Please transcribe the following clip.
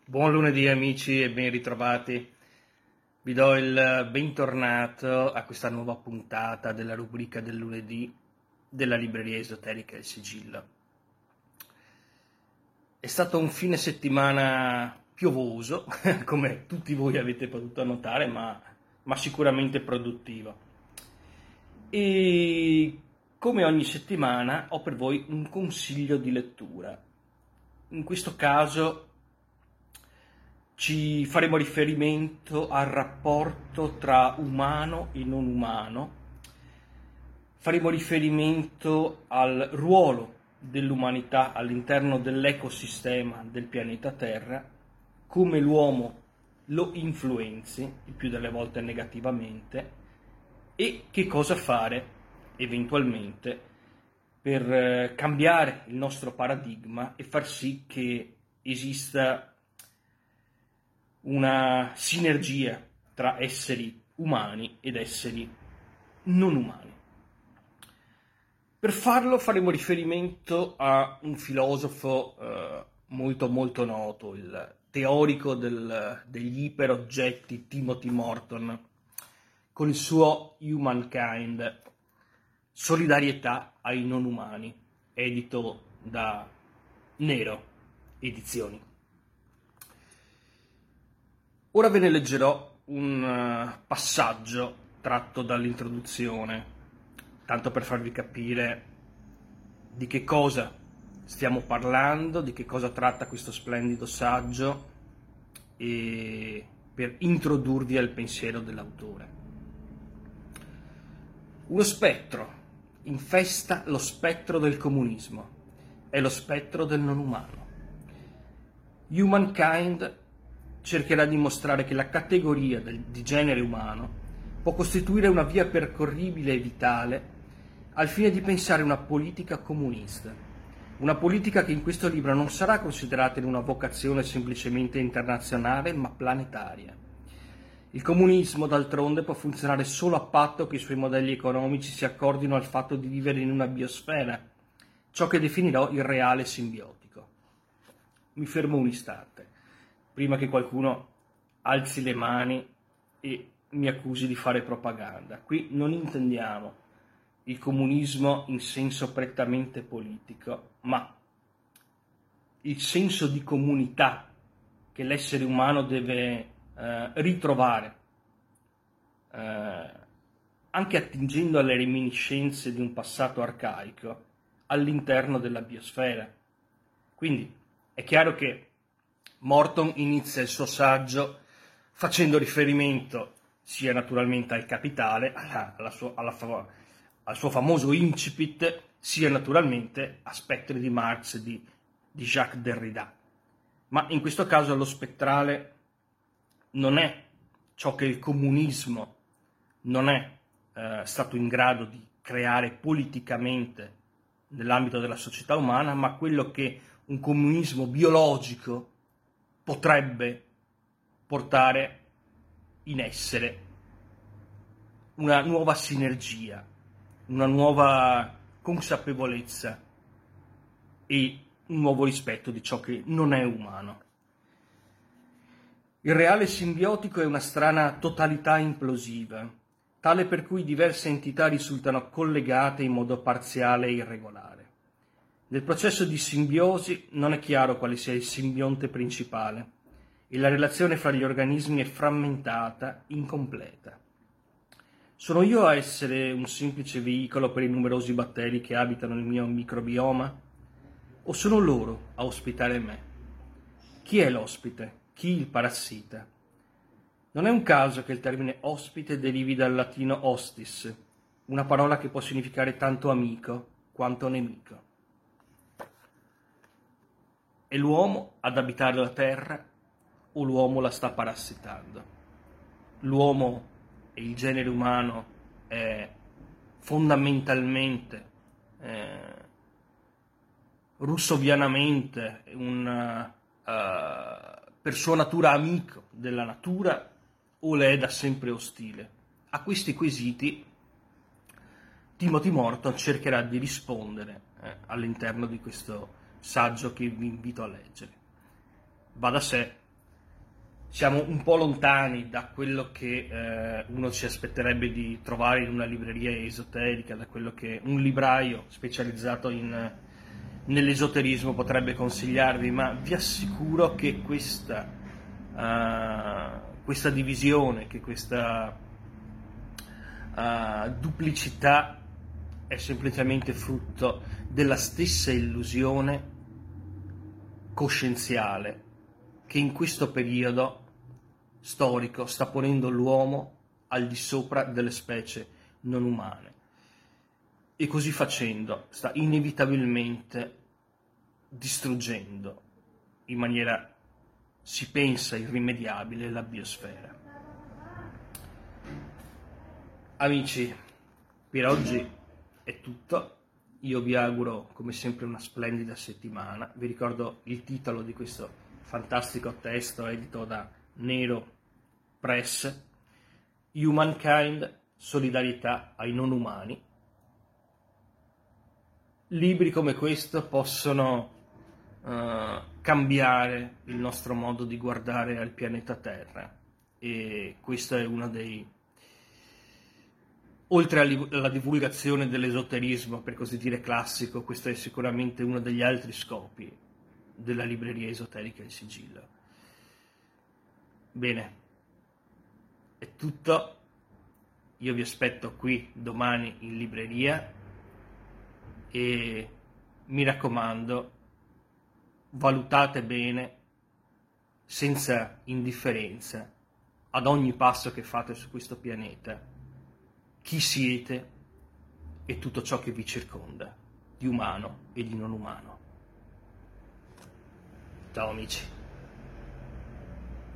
Buon lunedì amici e ben ritrovati. Vi do il bentornato a questa nuova puntata della rubrica del lunedì della libreria esoterica Il Sigillo. È stato un fine settimana piovoso, come tutti voi avete potuto notare, ma sicuramente produttivo. E come ogni settimana ho per voi un consiglio di lettura. In questo caso ci faremo riferimento al rapporto tra umano e non umano, faremo riferimento al ruolo dell'umanità all'interno dell'ecosistema del pianeta Terra, come l'uomo lo influenzi, il più delle volte negativamente, e che cosa fare eventualmente per cambiare il nostro paradigma e far sì che esista una sinergia tra esseri umani ed esseri non umani. Per farlo faremo riferimento a un filosofo molto noto, il teorico degli iperoggetti Timothy Morton, con il suo Humankind, solidarietà ai non umani, edito da Nero Edizioni. Ora ve ne leggerò un passaggio tratto dall'introduzione, tanto per farvi capire di che cosa stiamo parlando, di che cosa tratta questo splendido saggio e per introdurvi al pensiero dell'autore. Uno spettro infesta lo spettro del comunismo, è lo spettro del non umano. Humankind cercherà di mostrare che la categoria di genere umano può costituire una via percorribile e vitale al fine di pensare una politica comunista, una politica che in questo libro non sarà considerata in una vocazione semplicemente internazionale ma planetaria. Il comunismo d'altronde può funzionare solo a patto che i suoi modelli economici si accordino al fatto di vivere in una biosfera, ciò che definirò il reale simbiotico. Mi fermo un istante prima che qualcuno alzi le mani e mi accusi di fare propaganda. Qui non intendiamo il comunismo in senso prettamente politico, ma il senso di comunità che l'essere umano deve ritrovare, anche attingendo alle reminiscenze di un passato arcaico, all'interno della biosfera. Quindi è chiaro che Morton inizia il suo saggio facendo riferimento sia naturalmente al Capitale, al suo famoso incipit, sia naturalmente a spettri di Marx e di Jacques Derrida. Ma in questo caso lo spettrale non è ciò che il comunismo non è stato in grado di creare politicamente nell'ambito della società umana, ma quello che un comunismo biologico potrebbe portare in essere, una nuova sinergia, una nuova consapevolezza e un nuovo rispetto di ciò che non è umano. Il reale simbiotico è una strana totalità implosiva, tale per cui diverse entità risultano collegate in modo parziale e irregolare. Nel processo di simbiosi non è chiaro quale sia il simbionte principale e la relazione fra gli organismi è frammentata, incompleta. Sono io a essere un semplice veicolo per i numerosi batteri che abitano il mio microbioma? O sono loro a ospitare me? Chi è l'ospite? Chi il parassita? Non è un caso che il termine ospite derivi dal latino hostis, una parola che può significare tanto amico quanto nemico. È l'uomo ad abitare la terra o l'uomo la sta parassitando? L'uomo e il genere umano è fondamentalmente, russovianamente, per sua natura amico della natura o le è da sempre ostile? A questi quesiti Timothy Morton cercherà di rispondere all'interno di questo saggio che vi invito a leggere. Va da sé siamo un po' lontani da quello che uno si aspetterebbe di trovare in una libreria esoterica, da quello che un libraio specializzato nell'esoterismo potrebbe consigliarvi, ma vi assicuro che questa divisione, che questa duplicità è semplicemente frutto della stessa illusione coscienziale che in questo periodo storico sta ponendo l'uomo al di sopra delle specie non umane, e così facendo sta inevitabilmente distruggendo in maniera, si pensa, irrimediabile la biosfera. Amici, per oggi è tutto. Io vi auguro come sempre una splendida settimana. Vi ricordo il titolo di questo fantastico testo edito da Nero Press: Humankind, solidarietà ai non umani. Libri come questo possono cambiare il nostro modo di guardare al pianeta Terra, e questo è uno dei, oltre alla divulgazione dell'esoterismo, per così dire, classico, questo è sicuramente uno degli altri scopi della libreria esoterica Il Sigillo. Bene, è tutto. Io vi aspetto qui domani in libreria e mi raccomando, valutate bene, senza indifferenza, ad ogni passo che fate su questo pianeta, chi siete e tutto ciò che vi circonda, di umano e di non umano. Ciao amici.